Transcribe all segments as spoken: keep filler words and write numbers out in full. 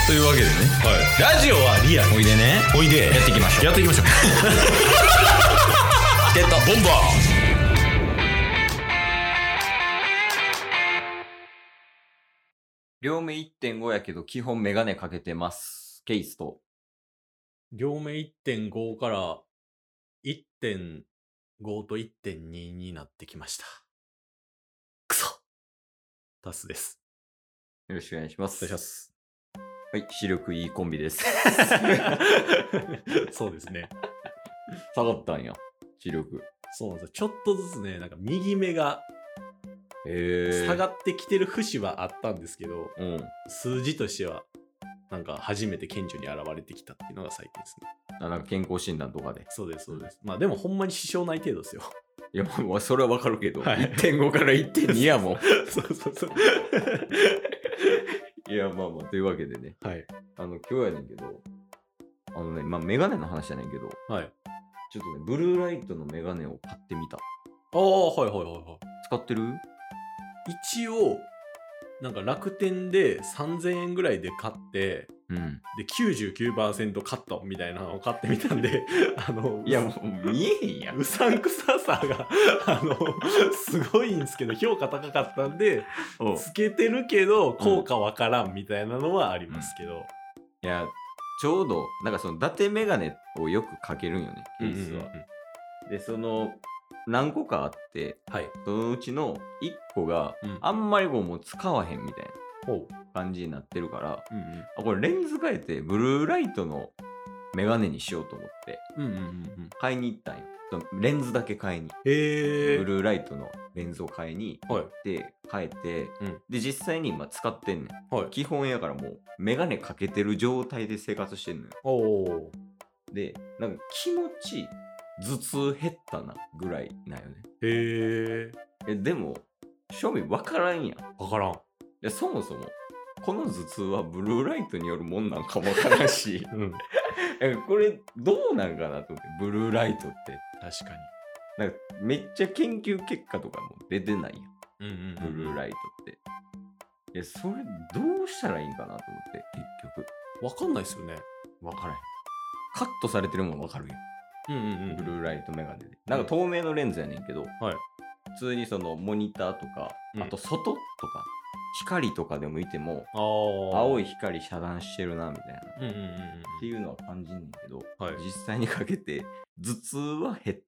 というわけでね、 はい、ラジオはリアル。 おいでね、 おいでやっていきましょう。 やっていきましょう。 ゲットボンバー。両目 いってんご やけど基本メガネかけてます。ケイスと。 両目 いってんご から いってんご と いってんに になってきました。くそタスです。 よろしくお願いします。 お願いします。 はい、視力いいコンビです。 そうですね。 下がったんや、視力。 そうなんですよ。ちょっとずつね、なんか右目が下がってきてる節はあったんですけど、 うん、 数字としてはなんか初めて顕著に現れてきたっていうのが最近ですね。 あ、なんか健康診断とかで。 そうですそうです。まあでもほんまに支障ない程度ですよ。 いや、もうそれはわかるけど、 はい、 いってんご から いってんに やもん。 そうそうそう。 いや、まあまあ、というわけでね、 はい、 あの、今日やねんけど、あのね、まあ、メガネの話じゃないけど、 はい、 ちょっとね、ブルーライトのメガネを買ってみた。 ああ、はいはいはいはい。 使ってる？ 一応、なんか楽天でさんぜんえんぐらいで買って、 うん、 で きゅうじゅうきゅうパーセント カットみたいなのを買ってみたんで、あの、 いやもう見えへんやん。 うさんくささが、あの、すごいんですけど、評価高かったんで、つけてるけど、効果わからんみたいなのはありますけど。 うん、いや、ちょうど、なんかその、伊達メガネをよくかけるんよね、ケースは。うんうんうん、で、その、何個かあって、はい、そのうちのいっこが、うん、あんまりこうもう使わへんみたいな感じになってるから、うんうん、あ、これレンズ変えてブルーライトのメガネにしようと思って、うんうんうんうん、買いに行ったんよ。そのレンズだけ買いに。へー。ブルーライトのレンズを買いに行って、はい、変えて、うん、で、実際に今使ってんねん。はい、基本やからもうメガネかけてる状態で生活してんのよ。おー。で、なんか気持ちいい。頭痛減ったなぐらいなんよね。へえ。でも、正味分からんやん。 分からん。 で、そもそも、この頭痛はブルーライトによるもんなんかも分からんし、うん、これどうなんかなと思って、ブルーライトって。 確かに。 なんかめっちゃ研究結果とかも出てないやん。うんうんうん、ブルーライトって。いや、それどうしたらいいんかなと思って、結局。 分かんないっすよね。 分からん。カットされてるもん分かるやん。うんうんうん、ブルーライトメガネで。なんか透明のレンズやねんけど、はい、普通にそのモニターとか、うん、あと外とか、光とかでもいても、青い光遮断してるなみたいな、うんうんうんうん、っていうのは感じんねんけど、はい、実際にかけて頭痛は減った。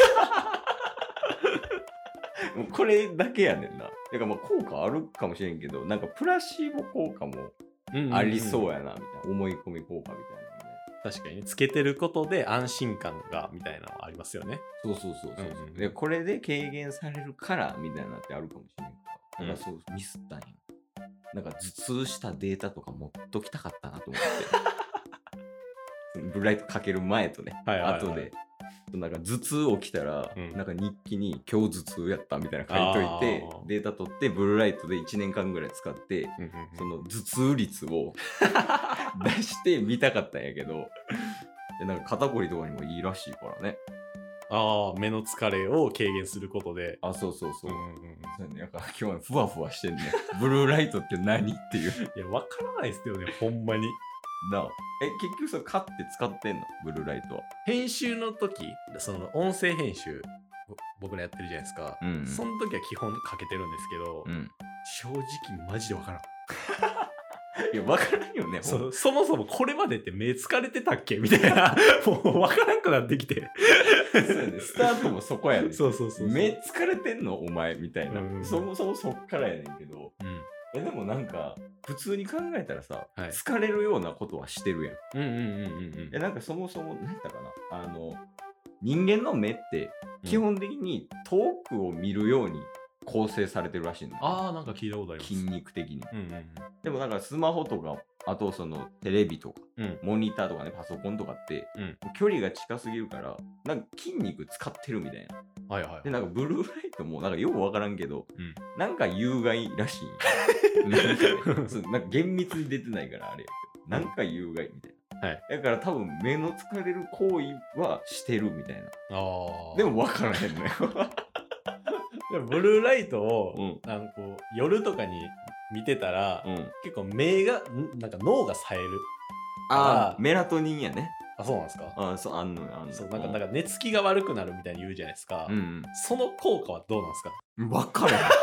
もうこれだけやねんな。だからまあ効果あるかもしれんけど、なんかプラシーボ効果もありそうやなみたいな、思い込み効果みたいな。 確かにね、つけてることで安心感がみたいなのはありますよね。 そうそうそうそう、うんうん、でこれで軽減されるからみたいなってあるかもしれないから、だからそうミスったんよ。なんか頭痛したデータとか持っときたかったなと思ってブライトかける前とね、はいはいはい、後でなんか頭痛起きたら、うん、なんか日記に今日頭痛やったみたいな書いといてデータ取ってブルーライトでいちねんかんぐらい使って、うんうんうん、その頭痛率を出してみたかったんやけどでなんか肩こりとかにもいいらしいからね。 ああ、目の疲れを軽減することで。 あ、そうそうそう。うんうんうん、だから今日はふわふわしてんね。ブルーライトって何っていう。 いや、わからないですよね、ほんまに。 なあ。え、結局それ買って使ってんの？ブルーライトは。 編集の時、その音声編集、僕らやってるじゃないですか。うんうん、その時は基本かけてるんですけど、うん、正直マジでわからん。 いや、わからんよね。 そ, そもそもこれまでって目疲れてたっけみたいなもうわからんくなってきてそうやね、スタートもそこやねん。 そうそうそうそう、 目疲れてんのお前みたいな、うんうん、そもそもそっからやねんけど、うん、えでもなんか普通に考えたらさ、はい、疲れるようなことはしてるやん。うんうんうんうんうん。えなんかそもそも何やったかな、あの人間の目って基本的に遠くを見るように構成されてるらしいの、ね、 ああ、なんか聞いたことあります。 筋肉的に、うんうんうん、でもなんかスマホとかあとそのテレビとか、うん、モニターとかね、パソコンとかって、うん、距離が近すぎるからなんか筋肉使ってるみたいな、はいはいはい、でなんかブルーライトもなんかよくわからんけど、うん、なんか有害らしいなんか、ね、そうなんか厳密に出てないからあれやけど、なんか有害みたいな、はい、だから多分目の疲れる行為はしてるみたいな。あでもわからへんのよ。 ブルーライトを、うん、あのこう夜とかに見てたら、 うん、 結構目がなんか脳が冴える。 ああメラトニンやね。 あ、そうなんですか。 あそうあんのあんの。 そうなんかなんか寝つきが悪くなるみたいに言うじゃないですか。 うんうん、 その効果はどうなんですか。 分からない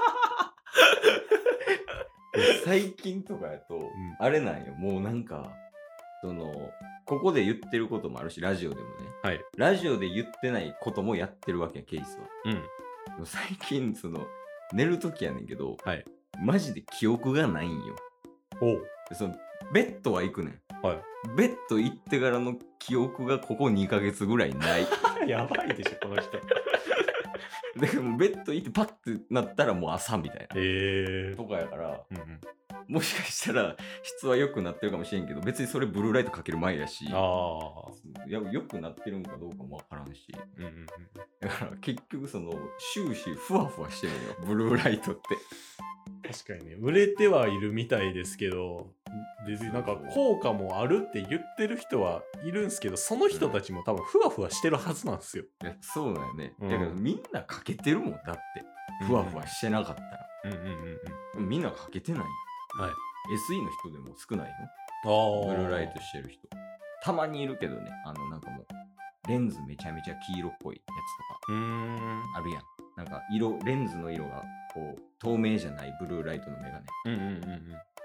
最近とかやと、うん、あれなんよ、もうなんかそのここで言ってることもあるしラジオでもね、はい、ラジオで言ってないこともやってるわけやケースは、うん、でも最近その寝るときやねんけど、はい、マジで記憶がないんよ。おでそのベッドは行くねん、はい、ベッド行ってからの記憶がここにかげつぐらいないやばいでしょこの人でもベッド行ってパッてなったらもう朝みたいな、 えー、とかやから、うんうん、もしかしたら質は良くなってるかもしれんけど別にそれブルーライトかける前やし、あや良くなってるんかどうかもわからんし、うんうんうん、だから結局その終始ふわふわしてるよブルーライトって。 確かにね売れてはいるみたいですけど別になんか効果もあるって言ってる人はいるんすけどその人たちも多分ふわふわしてるはずなんですよ。 いやそうだよね、うん、だからみんなかけてるもんだってふわふわしてなかったら、うんうんうんうん、みんなかけてないよ、はい、エスイー の人でも少ないのブルーライトしてる人たまにいるけどねあのなんかもうレンズめちゃめちゃ黄色っぽいやつとかうーんあるやんなんか色レンズの色がこう透明じゃないブルーライトのメガネ、うんうんうんうん、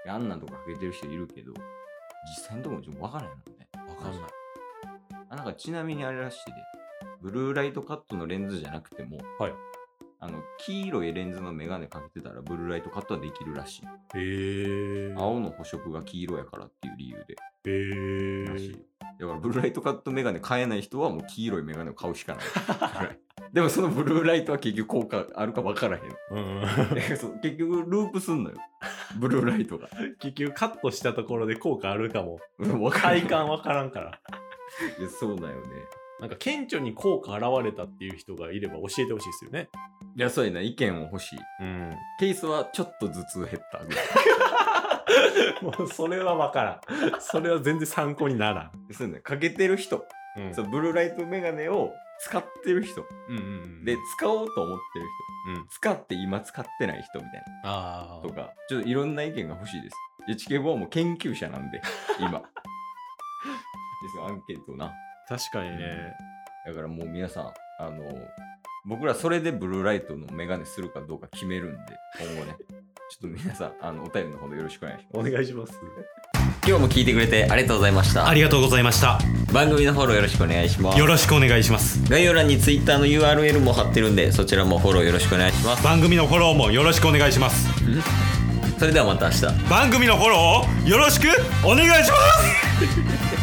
あんなんとかかけてる人いるけど実際のところちょっと分からないもんね。 分かんない。 あなんかちなみにあれらしいでブルーライトカットのレンズじゃなくても、はい、あの黄色いレンズのメガネかけてたらブルーライトカットはできるらしい。へー。青の補色が黄色やからっていう理由で。へー。らしい。だからブルーライトカットメガネ買えない人はもう黄色いメガネを買うしかない。でもそのブルーライトは結局効果あるか分からへん。うん、そう結局ループすんのよ。ブルーライトが。 結局カットしたところで効果あるかも。体感分からんから。 いやそうだよね。 なんか顕著に効果現れたっていう人がいれば教えてほしいですよね。 いやそうやな意見を欲しい。うん。ケースはちょっと頭痛減ったぐらい。 もうそれは分からん。それは全然参考にならん。 そうねかけてる人、うん、そうブルーライトメガネを使ってる人、うんうんうん、で使おうと思ってる人、うん、使って今使ってない人みたいなあとかちょっといろんな意見が欲しいです。エチケボはもう研究者なんで今ですアンケートな。 確かにね、 うん、だからもう皆さんあの僕らそれでブルーライトのメガネするかどうか決めるんで今後ねちょっと皆さんあのお便りのほどよろしくお願いします。 お願いします。 今日も聞いてくれてありがとうございました。 ありがとうございました。 番組のフォローよろしくお願いします。 よろしくお願いします。 概要欄に Twitter の ユーアールエル も貼ってるんでそちらもフォローよろしくお願いします。 番組のフォローもよろしくお願いします。 それではまた明日番組のフォローをよろしくお願いします